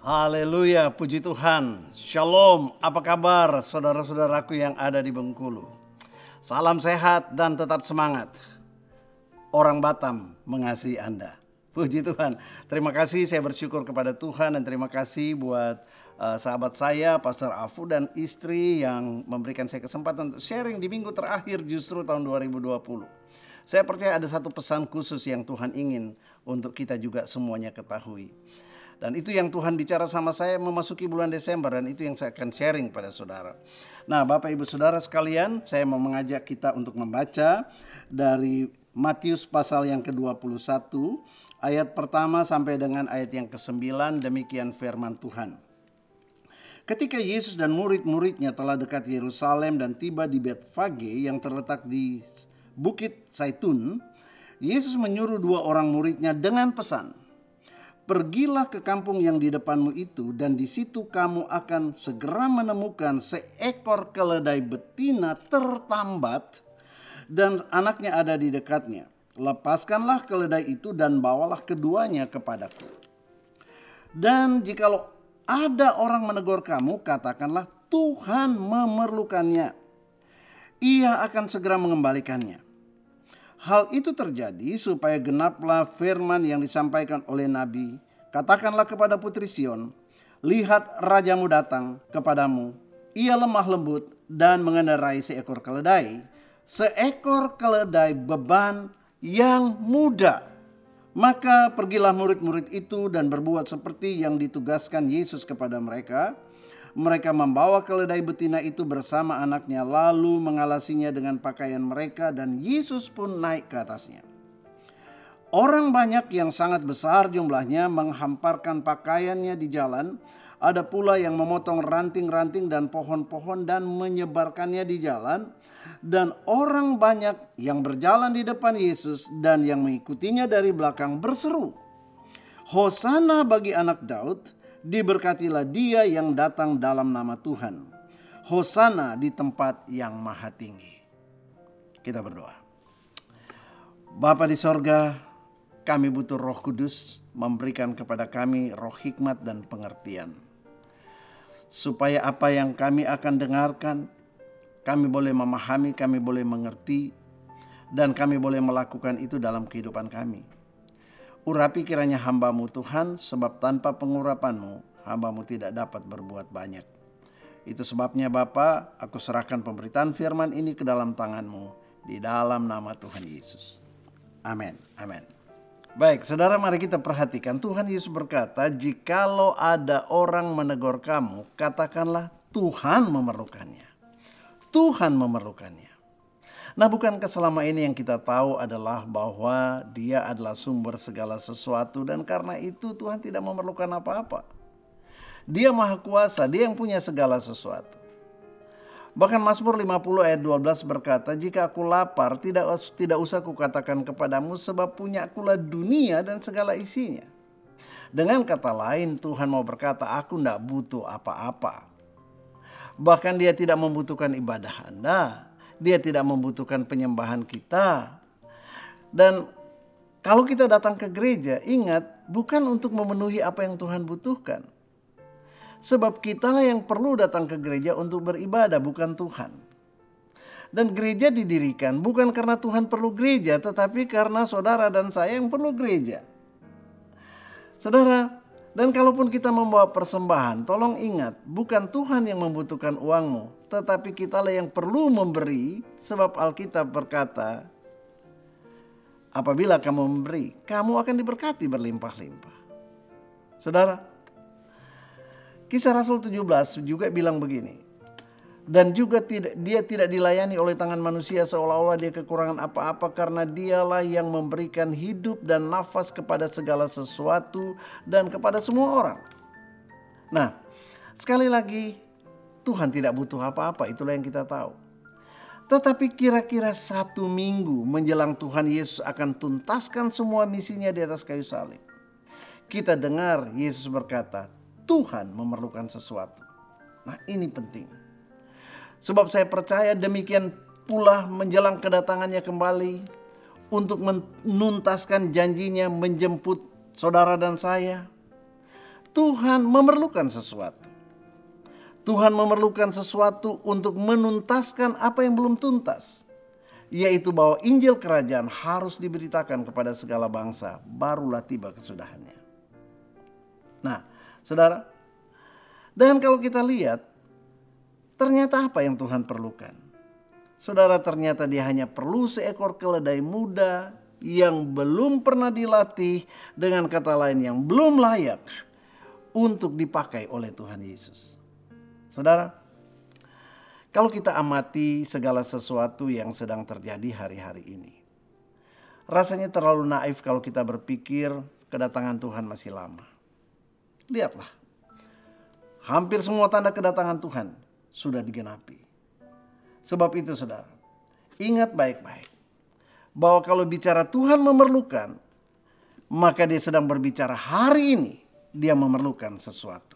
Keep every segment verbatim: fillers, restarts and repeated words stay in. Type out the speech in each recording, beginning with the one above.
Haleluya, puji Tuhan. Shalom, apa kabar saudara-saudaraku yang ada di Bengkulu? Salam sehat dan tetap semangat. Orang Batam mengasihi Anda. Puji Tuhan. Terima kasih, saya bersyukur kepada Tuhan dan terima kasih buat uh, sahabat saya, Pastor Afu dan istri yang memberikan saya kesempatan untuk sharing di minggu terakhir justru tahun dua ribu dua puluh. Saya percaya ada satu pesan khusus yang Tuhan ingin untuk kita juga semuanya ketahui. Dan itu yang Tuhan bicara sama saya memasuki bulan Desember dan itu yang saya akan sharing pada saudara. Nah, Bapak Ibu Saudara sekalian, saya mau mengajak kita untuk membaca dari Matius pasal yang ke dua puluh satu, ayat pertama sampai dengan ayat yang ke sembilan, demikian firman Tuhan. Ketika Yesus dan murid-muridnya telah dekat Yerusalem dan tiba di Betfage yang terletak di Bukit Zaitun, Yesus menyuruh dua orang muridnya dengan pesan, "Pergilah ke kampung yang di depanmu itu dan di situ kamu akan segera menemukan seekor keledai betina tertambat dan anaknya ada di dekatnya. Lepaskanlah keledai itu dan bawalah keduanya kepadaku. Dan jikalau ada orang menegur kamu, katakanlah Tuhan memerlukannya. Ia akan segera mengembalikannya." Hal itu terjadi supaya genaplah firman yang disampaikan oleh Nabi. "Katakanlah kepada putri Sion, lihat rajamu datang kepadamu. Ia lemah lembut dan mengendarai seekor keledai. Seekor keledai beban yang muda." Maka pergilah murid-murid itu dan berbuat seperti yang ditugaskan Yesus kepada mereka. Mereka membawa keledai betina itu bersama anaknya lalu mengalasinya dengan pakaian mereka dan Yesus pun naik ke atasnya. Orang banyak yang sangat besar jumlahnya menghamparkan pakaiannya di jalan. Ada pula yang memotong ranting-ranting dan pohon-pohon dan menyebarkannya di jalan. Dan orang banyak yang berjalan di depan Yesus dan yang mengikutinya dari belakang berseru, "Hosana bagi anak Daud, diberkatilah dia yang datang dalam nama Tuhan. Hosana di tempat yang maha tinggi." Kita berdoa. Bapa di sorga, kami butuh Roh Kudus memberikan kepada kami roh hikmat dan pengertian. Supaya apa yang kami akan dengarkan, kami boleh memahami, kami boleh mengerti, dan kami boleh melakukan itu dalam kehidupan kami. Urapi kiranya hamba-Mu Tuhan, sebab tanpa pengurapan-Mu, hamba-Mu tidak dapat berbuat banyak. Itu sebabnya Bapa, aku serahkan pemberitaan firman ini ke dalam tangan-Mu, di dalam nama Tuhan Yesus. Amin, amin. Baik, saudara, mari kita perhatikan. Tuhan Yesus berkata, "Jikalau ada orang menegur kamu, katakanlah Tuhan memerlukannya." Tuhan memerlukannya. Nah, bukankah selama ini yang kita tahu adalah bahwa Dia adalah sumber segala sesuatu dan karena itu Tuhan tidak memerlukan apa-apa. Dia Maha Kuasa, Dia yang punya segala sesuatu. Bahkan Mazmur lima puluh ayat dua belas berkata, "Jika aku lapar, tidak tidak usah kukatakan kepadamu sebab punya akulah dunia dan segala isinya." Dengan kata lain, Tuhan mau berkata, aku tidak butuh apa-apa. Bahkan Dia tidak membutuhkan ibadah Anda. Dia tidak membutuhkan penyembahan kita. Dan kalau kita datang ke gereja, ingat bukan untuk memenuhi apa yang Tuhan butuhkan. Sebab kitalah yang perlu datang ke gereja untuk beribadah, bukan Tuhan. Dan gereja didirikan bukan karena Tuhan perlu gereja, tetapi karena saudara dan saya yang perlu gereja. Saudara, dan kalaupun kita membawa persembahan, tolong ingat, bukan Tuhan yang membutuhkan uangmu, tetapi kitalah yang perlu memberi, sebab Alkitab berkata, apabila kamu memberi, kamu akan diberkati berlimpah-limpah. Saudara, Kisah Rasul tujuh belas juga bilang begini, dan juga tidak, dia tidak dilayani oleh tangan manusia seolah-olah dia kekurangan apa-apa karena dialah yang memberikan hidup dan nafas kepada segala sesuatu dan kepada semua orang. Nah, sekali lagi Tuhan tidak butuh apa-apa, itulah yang kita tahu. Tetapi kira-kira satu minggu menjelang Tuhan Yesus akan tuntaskan semua misinya di atas kayu salib, kita dengar Yesus berkata, Tuhan memerlukan sesuatu. Nah, ini penting. Sebab saya percaya demikian pula menjelang kedatangannya kembali untuk menuntaskan janjinya menjemput saudara dan saya. Tuhan memerlukan sesuatu. Tuhan memerlukan sesuatu untuk menuntaskan apa yang belum tuntas, yaitu bahwa Injil Kerajaan harus diberitakan kepada segala bangsa, barulah tiba kesudahannya. Nah, saudara, dan kalau kita lihat, ternyata apa yang Tuhan perlukan? Saudara, ternyata dia hanya perlu seekor keledai muda yang belum pernah dilatih, dengan kata lain yang belum layak untuk dipakai oleh Tuhan Yesus. Saudara, kalau kita amati segala sesuatu yang sedang terjadi hari-hari ini, rasanya terlalu naif kalau kita berpikir kedatangan Tuhan masih lama. Lihatlah, hampir semua tanda kedatangan Tuhan sudah digenapi. Sebab itu saudara, ingat baik-baik bahwa kalau bicara Tuhan memerlukan, maka dia sedang berbicara hari ini dia memerlukan sesuatu.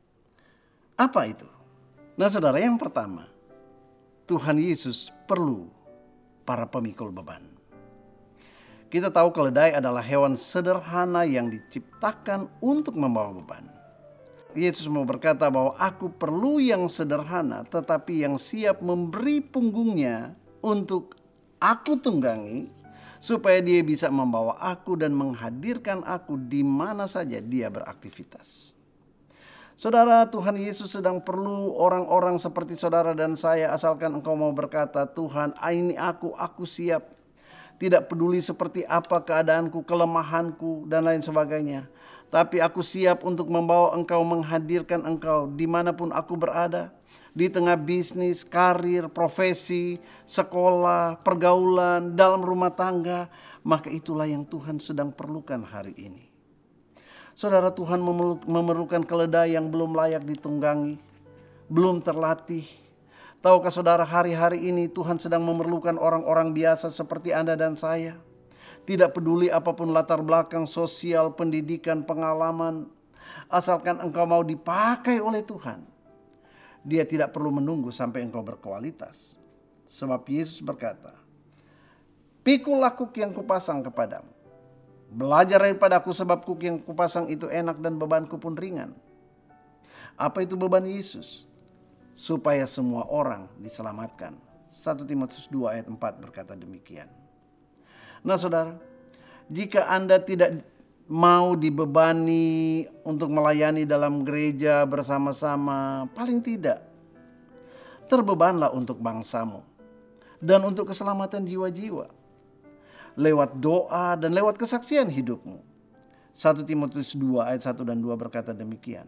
Apa itu? Nah saudara, yang pertama, Tuhan Yesus perlu para pemikul beban. Kita tahu keledai adalah hewan sederhana yang diciptakan untuk membawa beban. Yesus mau berkata bahwa aku perlu yang sederhana tetapi yang siap memberi punggungnya untuk aku tunggangi, supaya dia bisa membawa aku dan menghadirkan aku di mana saja dia beraktivitas. Saudara, Tuhan Yesus sedang perlu orang-orang seperti saudara dan saya, asalkan engkau mau berkata, Tuhan, ini aku, aku siap. Tidak peduli seperti apa keadaanku, kelemahanku, dan lain sebagainya. Tapi aku siap untuk membawa engkau, menghadirkan engkau dimanapun aku berada. Di tengah bisnis, karir, profesi, sekolah, pergaulan, dalam rumah tangga. Maka itulah yang Tuhan sedang perlukan hari ini. Saudara, Tuhan memerlukan keledai yang belum layak ditunggangi, belum terlatih. Tahukah saudara, hari-hari ini Tuhan sedang memerlukan orang-orang biasa seperti Anda dan saya. Tidak peduli apapun latar belakang sosial, pendidikan, pengalaman. Asalkan engkau mau dipakai oleh Tuhan. Dia tidak perlu menunggu sampai engkau berkualitas. Sebab Yesus berkata, "Pikulah kuk yang kupasang kepadamu. Belajar daripada aku, sebab kuk yang kupasang itu enak dan bebanku pun ringan." Apa itu beban Yesus? Supaya semua orang diselamatkan. satu Timotius dua ayat empat berkata demikian. Nah saudara, jika Anda tidak mau dibebani untuk melayani dalam gereja bersama-sama, paling tidak terbebanlah untuk bangsamu dan untuk keselamatan jiwa-jiwa. Lewat doa dan lewat kesaksian hidupmu. satu Timotius dua ayat satu dan dua berkata demikian.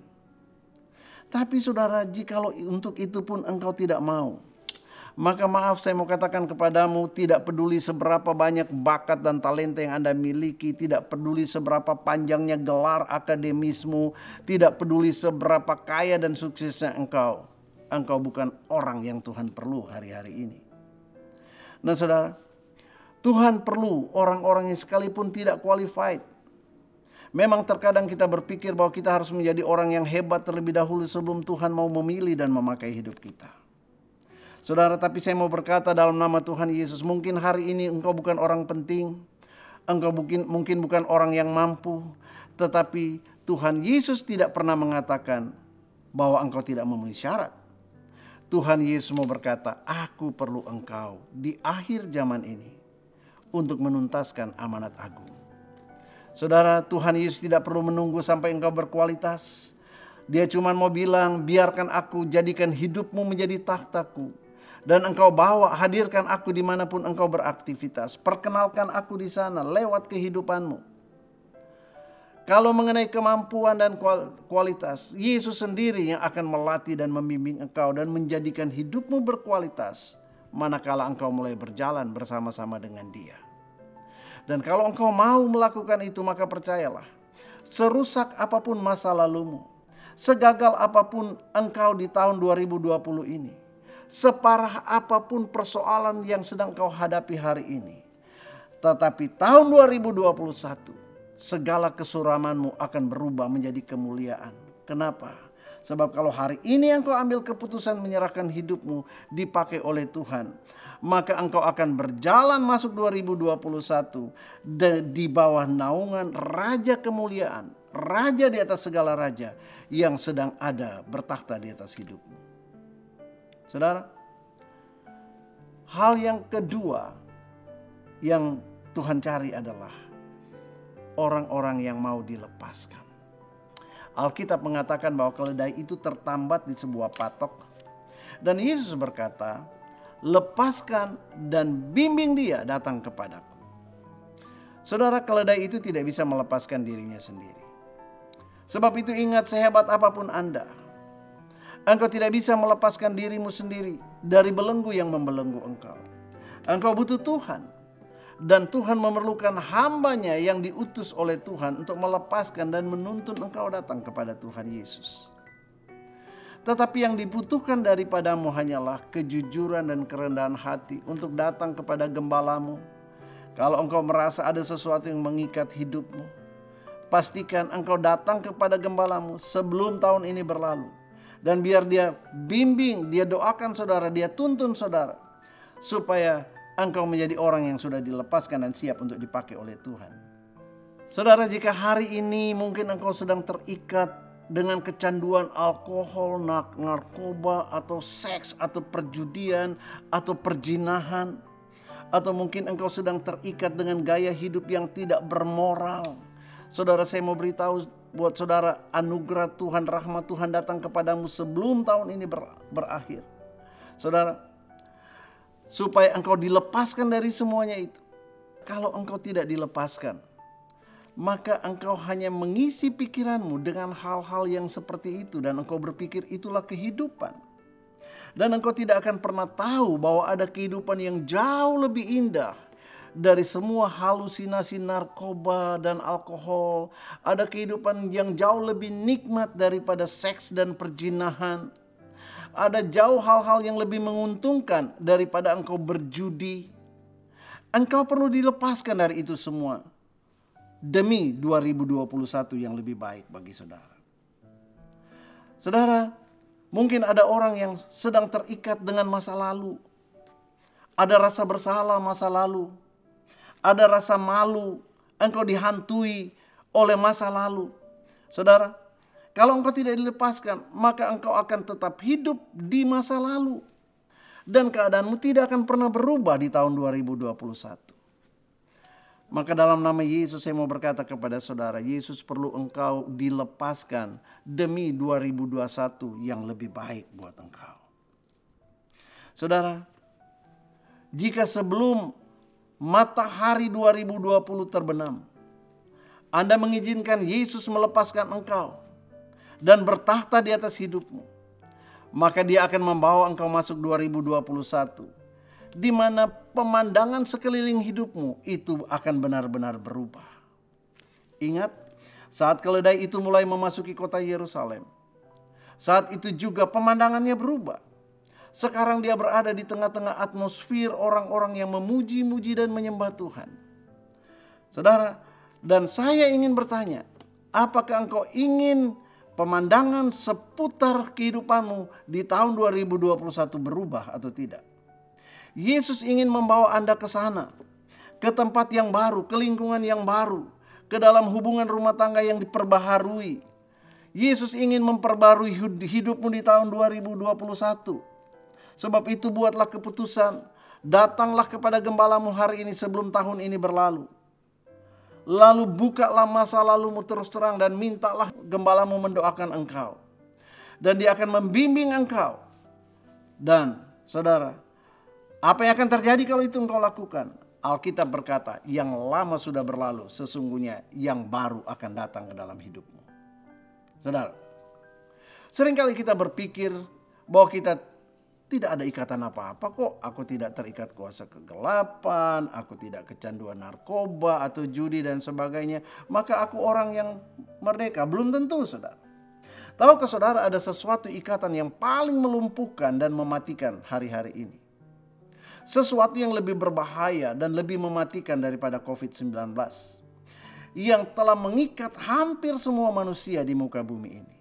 Tapi saudara, jikalau untuk itu pun engkau tidak mau, maka maaf saya mau katakan kepadamu, tidak peduli seberapa banyak bakat dan talenta yang Anda miliki, tidak peduli seberapa panjangnya gelar akademismu, tidak peduli seberapa kaya dan suksesnya engkau, engkau bukan orang yang Tuhan perlu hari-hari ini. Nah saudara, Tuhan perlu orang-orang yang sekalipun tidak qualified. Memang terkadang kita berpikir bahwa kita harus menjadi orang yang hebat terlebih dahulu sebelum Tuhan mau memilih dan memakai hidup kita. Saudara, tapi saya mau berkata dalam nama Tuhan Yesus, mungkin hari ini engkau bukan orang penting, engkau mungkin, mungkin bukan orang yang mampu, tetapi Tuhan Yesus tidak pernah mengatakan bahwa engkau tidak memenuhi syarat. Tuhan Yesus mau berkata, aku perlu engkau di akhir zaman ini untuk menuntaskan amanat agung. Saudara, Tuhan Yesus tidak perlu menunggu sampai engkau berkualitas. Dia cuma mau bilang, biarkan aku jadikan hidupmu menjadi takhtaku. Dan engkau bawa, hadirkan aku dimanapun engkau beraktivitas. Perkenalkan aku di sana lewat kehidupanmu. Kalau mengenai kemampuan dan kualitas, Yesus sendiri yang akan melatih dan membimbing engkau dan menjadikan hidupmu berkualitas. Manakala engkau mulai berjalan bersama-sama dengan Dia. Dan kalau engkau mau melakukan itu, maka percayalah, serusak apapun masa lalumu, segagal apapun engkau di tahun dua ribu dua puluh ini, separah apapun persoalan yang sedang kau hadapi hari ini, tetapi tahun dua ribu dua puluh satu, segala kesuramanmu akan berubah menjadi kemuliaan. Kenapa? Sebab kalau hari ini engkau ambil keputusan menyerahkan hidupmu dipakai oleh Tuhan, maka engkau akan berjalan masuk dua ribu dua puluh satu di bawah naungan Raja Kemuliaan, raja di atas segala raja yang sedang ada bertakhta di atas hidupmu. Saudara, hal yang kedua yang Tuhan cari adalah orang-orang yang mau dilepaskan. Alkitab mengatakan bahwa keledai itu tertambat di sebuah patok. Dan Yesus berkata, lepaskan dan bimbing dia datang kepadaku. Saudara, keledai itu tidak bisa melepaskan dirinya sendiri. Sebab itu ingat, sehebat apapun Anda, engkau tidak bisa melepaskan dirimu sendiri dari belenggu yang membelenggu engkau. Engkau butuh Tuhan. Dan Tuhan memerlukan hambanya yang diutus oleh Tuhan untuk melepaskan dan menuntun engkau datang kepada Tuhan Yesus. Tetapi yang dibutuhkan daripadamu hanyalah kejujuran dan kerendahan hati untuk datang kepada gembalamu. Kalau engkau merasa ada sesuatu yang mengikat hidupmu, pastikan engkau datang kepada gembalamu sebelum tahun ini berlalu. Dan biar dia bimbing, dia doakan saudara, dia tuntun saudara. Supaya engkau menjadi orang yang sudah dilepaskan dan siap untuk dipakai oleh Tuhan. Saudara, jika hari ini mungkin engkau sedang terikat dengan kecanduan alkohol, narkoba, atau seks, atau perjudian, atau perjinahan, atau mungkin engkau sedang terikat dengan gaya hidup yang tidak bermoral. Saudara, saya mau beritahu buat saudara, anugerah Tuhan, rahmat Tuhan datang kepadamu sebelum tahun ini ber, berakhir. Saudara, supaya engkau dilepaskan dari semuanya itu. Kalau engkau tidak dilepaskan, maka engkau hanya mengisi pikiranmu dengan hal-hal yang seperti itu. Dan engkau berpikir itulah kehidupan. Dan engkau tidak akan pernah tahu bahwa ada kehidupan yang jauh lebih indah dari semua halusinasi narkoba dan alkohol. Ada kehidupan yang jauh lebih nikmat daripada seks dan perjinahan. Ada jauh hal-hal yang lebih menguntungkan daripada engkau berjudi. Engkau perlu dilepaskan dari itu semua demi dua ribu dua puluh satu yang lebih baik bagi saudara. Saudara, mungkin ada orang yang sedang terikat dengan masa lalu. Ada rasa bersalah masa lalu. Ada rasa malu. Engkau dihantui oleh masa lalu. Saudara, kalau engkau tidak dilepaskan, maka engkau akan tetap hidup di masa lalu. Dan keadaanmu tidak akan pernah berubah di tahun dua ribu dua puluh satu. Maka dalam nama Yesus saya mau berkata kepada saudara, Yesus perlu engkau dilepaskan demi dua ribu dua puluh satu yang lebih baik buat engkau. Saudara, jika sebelum matahari dua ribu dua puluh terbenam, Anda mengizinkan Yesus melepaskan engkau dan bertakhta di atas hidupmu, maka dia akan membawa engkau masuk dua ribu dua puluh satu, di mana pemandangan sekeliling hidupmu itu akan benar-benar berubah. Ingat, saat keledai itu mulai memasuki kota Yerusalem, saat itu juga pemandangannya berubah. Sekarang dia berada di tengah-tengah atmosfer orang-orang yang memuji-muji dan menyembah Tuhan. Saudara, dan saya ingin bertanya, apakah engkau ingin pemandangan seputar kehidupanmu di tahun dua ribu dua puluh satu berubah atau tidak? Yesus ingin membawa Anda ke sana, ke tempat yang baru, ke lingkungan yang baru, ke dalam hubungan rumah tangga yang diperbaharui. Yesus ingin memperbarui hidupmu di tahun dua ribu dua puluh satu. Sebab itu buatlah keputusan, datanglah kepada gembalamu hari ini sebelum tahun ini berlalu. Lalu bukalah masa lalumu terus terang dan mintalah gembalamu mendoakan engkau. Dan dia akan membimbing engkau. Dan saudara, apa yang akan terjadi kalau itu engkau lakukan? Alkitab berkata, yang lama sudah berlalu, sesungguhnya yang baru akan datang ke dalam hidupmu. Saudara, seringkali kita berpikir bahwa kita tidak ada ikatan apa-apa kok. Aku tidak terikat kuasa kegelapan, aku tidak kecanduan narkoba atau judi dan sebagainya. Maka aku orang yang merdeka. Belum tentu, saudara. Tahukah saudara, ada sesuatu ikatan yang paling melumpuhkan dan mematikan hari-hari ini. Sesuatu yang lebih berbahaya dan lebih mematikan daripada covid sembilan belas. Yang telah mengikat hampir semua manusia di muka bumi ini.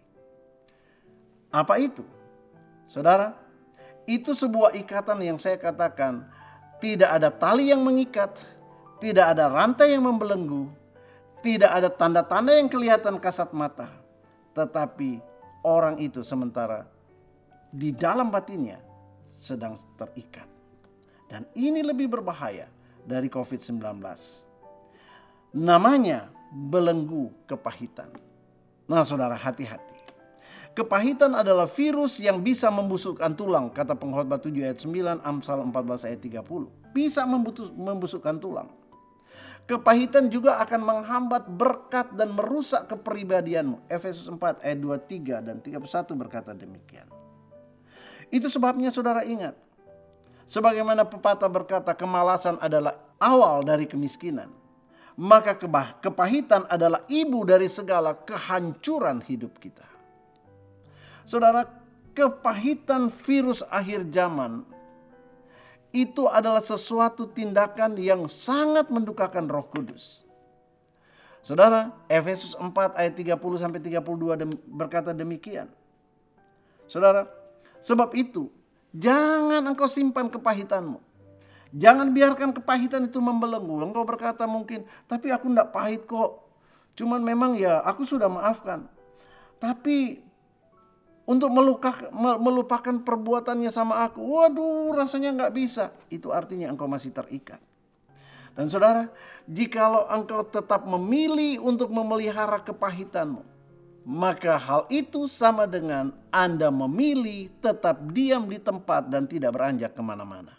Apa itu? Saudara, itu sebuah ikatan yang saya katakan tidak ada tali yang mengikat, tidak ada rantai yang membelenggu, Tidak ada tanda-tanda yang kelihatan kasat mata. Tetapi orang itu sementara di dalam batinnya sedang terikat. Dan ini lebih berbahaya dari covid sembilan belas. Namanya belenggu kepahitan. Nah saudara, hati-hati. Kepahitan adalah virus yang bisa membusukkan tulang, kata Pengkhotbah tujuh ayat sembilan, Amsal empat belas ayat tiga puluh. Bisa membusukkan tulang. Kepahitan juga akan menghambat berkat dan merusak kepribadianmu. Efesus empat ayat dua puluh tiga dan tiga puluh satu berkata demikian. Itu sebabnya saudara ingat, sebagaimana pepatah berkata, kemalasan adalah awal dari kemiskinan. Maka kepahitan adalah ibu dari segala kehancuran hidup kita. Saudara, kepahitan virus akhir zaman itu adalah sesuatu tindakan yang sangat mendukakan Roh Kudus. Saudara, Efesus empat ayat tiga puluh sampai tiga puluh dua berkata demikian. Saudara, sebab itu jangan engkau simpan kepahitanmu. Jangan biarkan kepahitan itu membelenggu. Engkau berkata mungkin, tapi aku tidak pahit kok. Cuman memang ya aku sudah maafkan. Tapi untuk meluka, melupakan perbuatannya sama aku, waduh rasanya nggak bisa. Itu artinya engkau masih terikat. Dan saudara, jikalau engkau tetap memilih untuk memelihara kepahitanmu, maka hal itu sama dengan Anda memilih tetap diam di tempat dan tidak beranjak kemana-mana.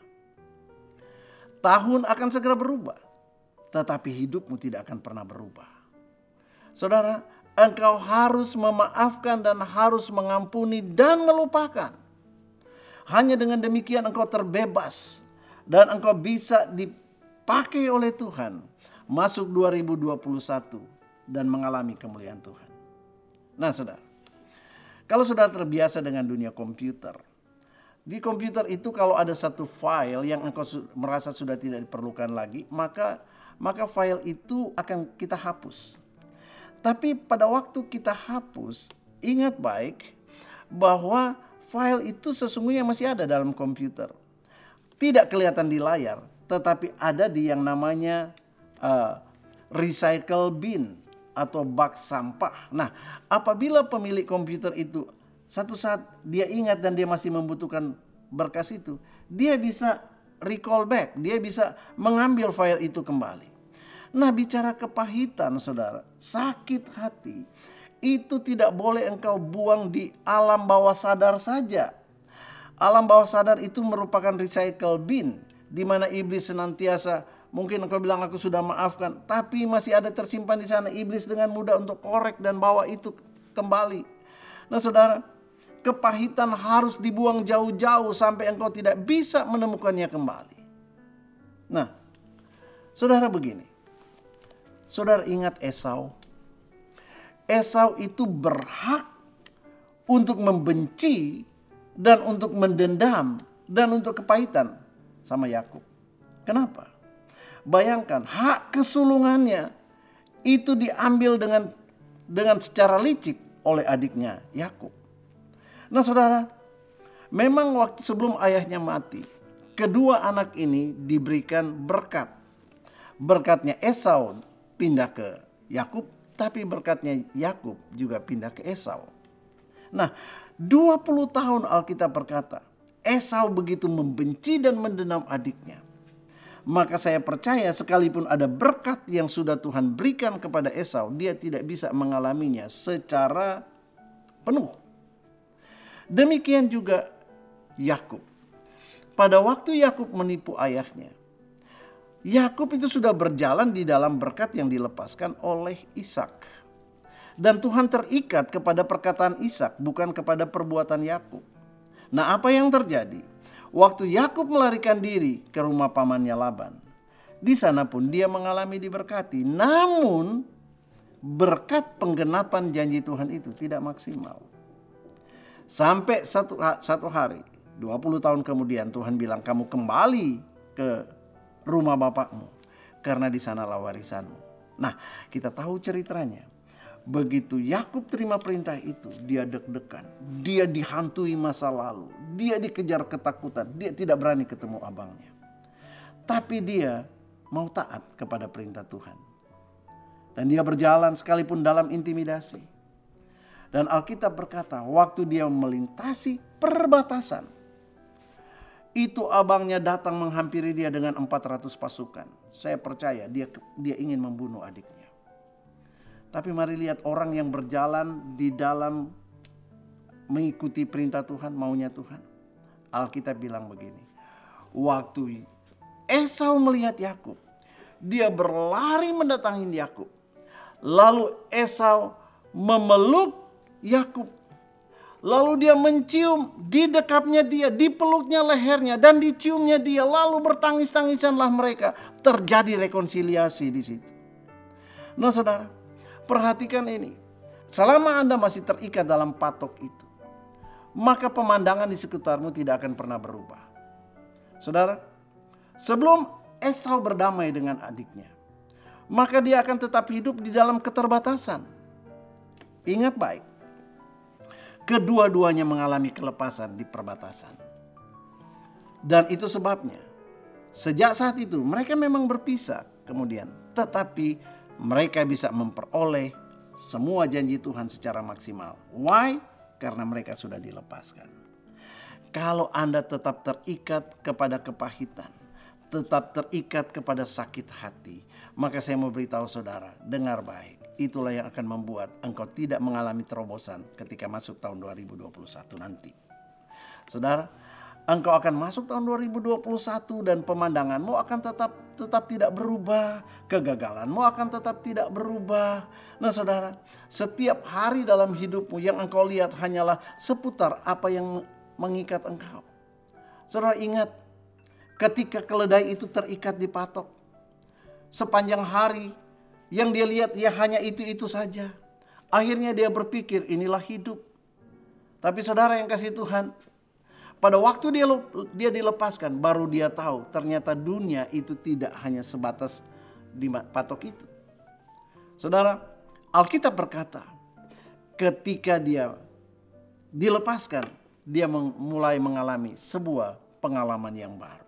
Tahun akan segera berubah, tetapi hidupmu tidak akan pernah berubah. Saudara, engkau harus memaafkan dan harus mengampuni dan melupakan. Hanya dengan demikian engkau terbebas dan engkau bisa dipakai oleh Tuhan masuk dua ribu dua puluh satu dan mengalami kemuliaan Tuhan. Nah saudara, kalau saudara terbiasa dengan dunia komputer, di komputer itu kalau ada satu file yang engkau merasa sudah tidak diperlukan lagi, maka maka file itu akan kita hapus. Tapi pada waktu kita hapus, ingat baik bahwa file itu sesungguhnya masih ada dalam komputer. Tidak kelihatan di layar, tetapi ada di yang namanya uh, recycle bin atau bak sampah. Nah, apabila pemilik komputer itu satu saat dia ingat dan dia masih membutuhkan berkas itu, dia bisa recall back, dia bisa mengambil file itu kembali. Nah, bicara kepahitan saudara, sakit hati, itu tidak boleh engkau buang di alam bawah sadar saja. Alam bawah sadar itu merupakan recycle bin, di mana iblis senantiasa, mungkin engkau bilang aku sudah maafkan, tapi masih ada tersimpan di sana. Iblis dengan mudah untuk korek dan bawa itu kembali. Nah saudara, kepahitan harus dibuang jauh-jauh sampai engkau tidak bisa menemukannya kembali. Nah, saudara begini. Saudara ingat Esau? Esau itu berhak untuk membenci dan untuk mendendam dan untuk kepahitan sama Yakub. Kenapa? Bayangkan hak kesulungannya itu diambil dengan dengan secara licik oleh adiknya Yakub. Nah saudara, memang waktu sebelum ayahnya mati, kedua anak ini diberikan berkat. Berkatnya Esau pindah ke Yakub, tapi berkatnya Yakub juga pindah ke Esau. Nah, dua puluh tahun Alkitab berkata, Esau begitu membenci dan mendendam adiknya. Maka saya percaya sekalipun ada berkat yang sudah Tuhan berikan kepada Esau, dia tidak bisa mengalaminya secara penuh. Demikian juga Yakub. Pada waktu Yakub menipu ayahnya, Yakub itu sudah berjalan di dalam berkat yang dilepaskan oleh Ishak. Dan Tuhan terikat kepada perkataan Ishak, bukan kepada perbuatan Yakub. Nah, apa yang terjadi? Waktu Yakub melarikan diri ke rumah pamannya Laban, di sana pun dia mengalami diberkati. Namun berkat penggenapan janji Tuhan itu tidak maksimal. Sampai satu, satu hari, dua puluh tahun kemudian Tuhan bilang, kamu kembali ke rumah bapakmu, karena di sanalah warisanmu. Nah, kita tahu ceritanya. Begitu Yakub terima perintah itu, dia deg-degan, dia dihantui masa lalu, dia dikejar ketakutan, dia tidak berani ketemu abangnya. Tapi dia mau taat kepada perintah Tuhan. Dan dia berjalan sekalipun dalam intimidasi. Dan Alkitab berkata, waktu dia melintasi perbatasan, itu abangnya datang menghampiri dia dengan empat ratus pasukan. Saya percaya dia dia ingin membunuh adiknya. Tapi mari lihat orang yang berjalan di dalam mengikuti perintah Tuhan, maunya Tuhan. Alkitab bilang begini, waktu Esau melihat Yakub, dia berlari mendatangi Yakub. Lalu Esau memeluk Yakub. Lalu dia mencium di dekapnya dia, dipeluknya lehernya dan diciumnya dia. Lalu bertangis-tangisanlah mereka. Terjadi rekonsiliasi di situ. Nah saudara, perhatikan ini. Selama Anda masih terikat dalam patok itu, maka pemandangan di sekitarmu tidak akan pernah berubah. Saudara, sebelum Esau berdamai dengan adiknya, maka dia akan tetap hidup di dalam keterbatasan. Ingat baik, kedua-duanya mengalami kelepasan di perbatasan. Dan itu sebabnya, sejak saat itu mereka memang berpisah kemudian. Tetapi mereka bisa memperoleh semua janji Tuhan secara maksimal. Why? Karena mereka sudah dilepaskan. Kalau Anda tetap terikat kepada kepahitan, tetap terikat kepada sakit hati, maka saya mau beritahu saudara, dengar baik. Itulah yang akan membuat engkau tidak mengalami terobosan ketika masuk tahun dua ribu dua puluh satu nanti. Saudara, engkau akan masuk tahun dua ribu dua puluh satu dan pemandanganmu akan tetap tetap tidak berubah. Kegagalanmu akan tetap tidak berubah. Nah saudara, setiap hari dalam hidupmu yang engkau lihat hanyalah seputar apa yang mengikat engkau. Saudara ingat, ketika keledai itu terikat di patok, sepanjang hari yang dia lihat ya hanya itu-itu saja. Akhirnya dia berpikir inilah hidup. Tapi saudara yang kasih Tuhan, pada waktu dia dia dilepaskan, baru dia tahu ternyata dunia itu tidak hanya sebatas di patok itu. Saudara, Alkitab berkata, ketika dia dilepaskan, dia mulai mengalami sebuah pengalaman yang baru.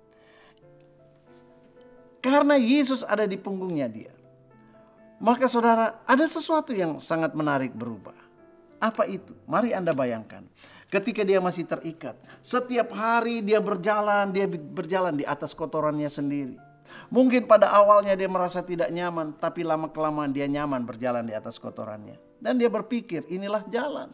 Karena Yesus ada di punggungnya dia, maka saudara, ada sesuatu yang sangat menarik berubah. Apa itu? Mari Anda bayangkan. Ketika dia masih terikat, setiap hari dia berjalan, dia berjalan di atas kotorannya sendiri. Mungkin pada awalnya dia merasa tidak nyaman, tapi lama-kelamaan dia nyaman berjalan di atas kotorannya. Dan dia berpikir, inilah jalan.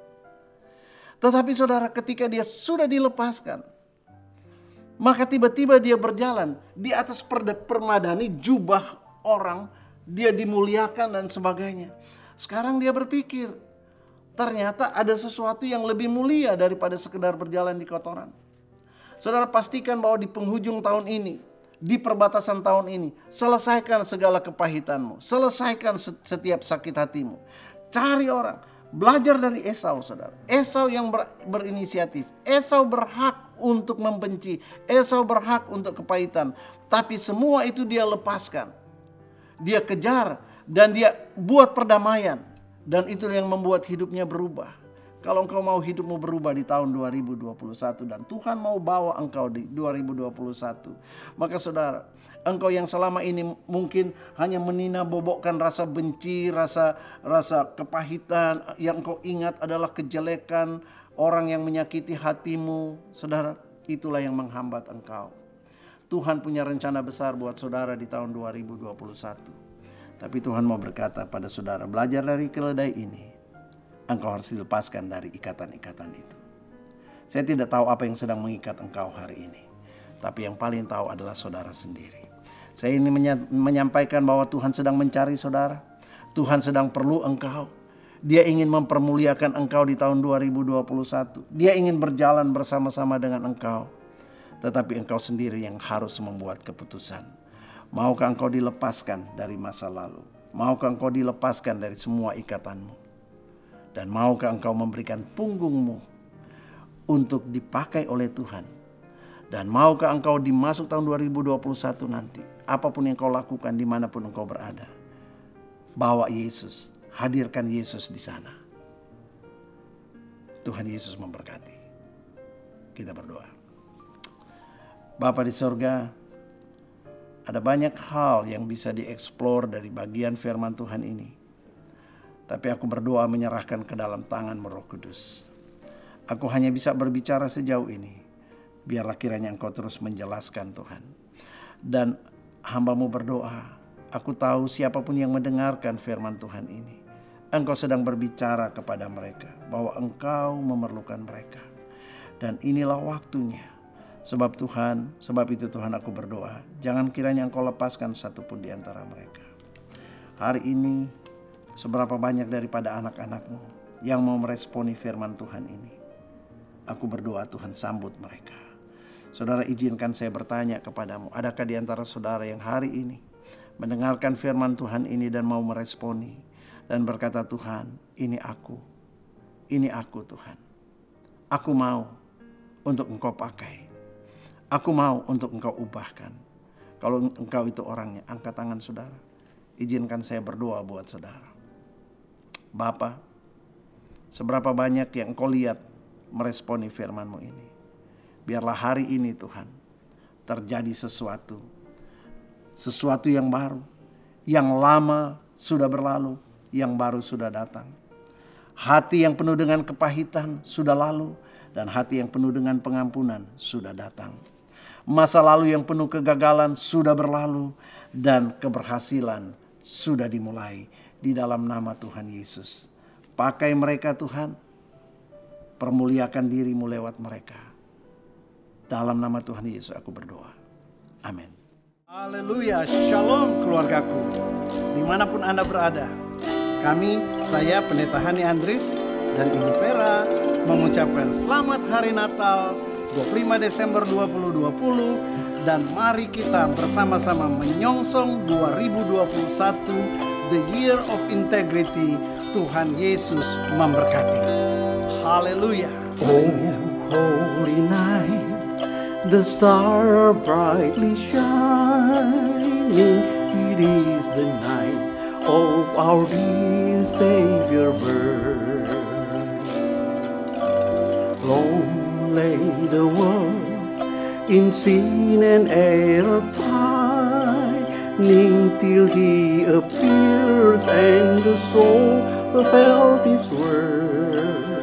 Tetapi saudara, ketika dia sudah dilepaskan, maka tiba-tiba dia berjalan di atas permadani jubah orang, dia dimuliakan dan sebagainya. Sekarang dia berpikir, ternyata ada sesuatu yang lebih mulia daripada sekedar berjalan di kotoran. Saudara pastikan bahwa di penghujung tahun ini, di perbatasan tahun ini, selesaikan segala kepahitanmu, selesaikan setiap sakit hatimu. Cari orang, belajar dari Esau saudara. Esau yang ber, berinisiatif, Esau berhak untuk membenci, Esau berhak untuk kepahitan. Tapi semua itu dia lepaskan. Dia kejar dan dia buat perdamaian. Dan itu yang membuat hidupnya berubah. Kalau engkau mau hidupmu berubah di tahun dua ribu dua puluh satu dan Tuhan mau bawa engkau di dua ribu dua puluh satu. Maka saudara, engkau yang selama ini mungkin hanya menina-bobokkan rasa benci, rasa rasa kepahitan, yang engkau ingat adalah kejelekan orang yang menyakiti hatimu. Saudara, itulah yang menghambat engkau. Tuhan punya rencana besar buat saudara di tahun dua ribu dua puluh satu. Tapi Tuhan mau berkata pada saudara, belajar dari keledai ini, engkau harus dilepaskan dari ikatan-ikatan itu. Saya tidak tahu apa yang sedang mengikat engkau hari ini, tapi yang paling tahu adalah saudara sendiri. Saya ini menyampaikan bahwa Tuhan sedang mencari saudara. Tuhan sedang perlu engkau. Dia ingin mempermuliakan engkau di tahun dua ribu dua puluh satu. Dia ingin berjalan bersama-sama dengan engkau. Tetapi engkau sendiri yang harus membuat keputusan. Maukah engkau dilepaskan dari masa lalu? Maukah engkau dilepaskan dari semua ikatanmu? Dan maukah engkau memberikan punggungmu untuk dipakai oleh Tuhan? Dan maukah engkau di masuk tahun dua ribu dua puluh satu nanti, apapun yang kau lakukan dimanapun engkau berada, bawa Yesus, hadirkan Yesus di sana. Tuhan Yesus memberkati. Kita berdoa. Bapa di sorga, ada banyak hal yang bisa dieksplor dari bagian firman Tuhan ini. Tapi aku berdoa menyerahkan ke dalam tangan Roh Kudus. Aku hanya bisa berbicara sejauh ini. Biarlah kiranya Engkau terus menjelaskan Tuhan. Dan hamba-Mu berdoa, aku tahu siapapun yang mendengarkan firman Tuhan ini, Engkau sedang berbicara kepada mereka bahwa Engkau memerlukan mereka. Dan inilah waktunya. Sebab Tuhan, sebab itu Tuhan aku berdoa, jangan kiranya Engkau lepaskan satupun di antara mereka. Hari ini, seberapa banyak daripada anak-anak-Mu yang mau meresponi firman Tuhan ini. Aku berdoa Tuhan sambut mereka. Saudara, izinkan saya bertanya kepadamu, adakah di antara saudara yang hari ini mendengarkan firman Tuhan ini dan mau meresponi dan berkata, Tuhan, ini aku, ini aku Tuhan. Aku mau untuk Engkau pakai. Aku mau untuk Engkau ubahkan. Kalau Engkau itu orangnya, angkat tangan saudara. Izinkan saya berdoa buat saudara. Bapa, seberapa banyak yang Engkau lihat meresponi firman-Mu ini. Biarlah hari ini Tuhan terjadi sesuatu. Sesuatu yang baru. Yang lama sudah berlalu, yang baru sudah datang. Hati yang penuh dengan kepahitan sudah lalu, dan hati yang penuh dengan pengampunan sudah datang. Masa lalu yang penuh kegagalan sudah berlalu, dan keberhasilan sudah dimulai di dalam nama Tuhan Yesus. Pakai mereka Tuhan, permuliakan diri-Mu lewat mereka. Dalam nama Tuhan Yesus aku berdoa. Amin. Haleluya, shalom keluargaku, dimanapun Anda berada. Kami, saya Pendeta Hani Andris dan Ibu Vera mengucapkan selamat Hari Natal dua puluh lima Desember dua ribu dua puluh, dan mari kita bersama-sama menyongsong dua ribu dua puluh satu, the year of integrity. Tuhan Yesus memberkati. Haleluya. Oh, holy night, the star brightly shining. It is the night of our dear Savior birth. Long lay the world in sin and error pining, till He appears and the soul felt His word.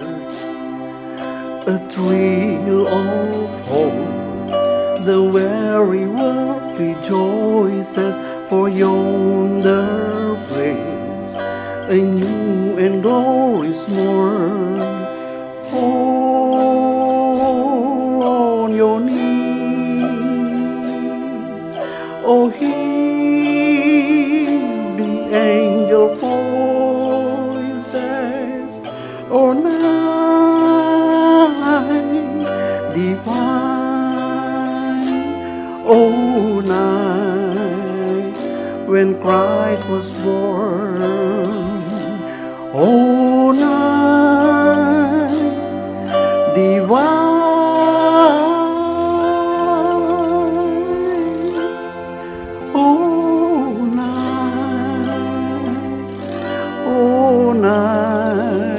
A thrill of hope, the weary world rejoices, for yonder place a new and glorious morn. Fall on your knees, oh hear the angel voices, oh night divine, oh night when Christ was born, oh night divine, oh night, oh night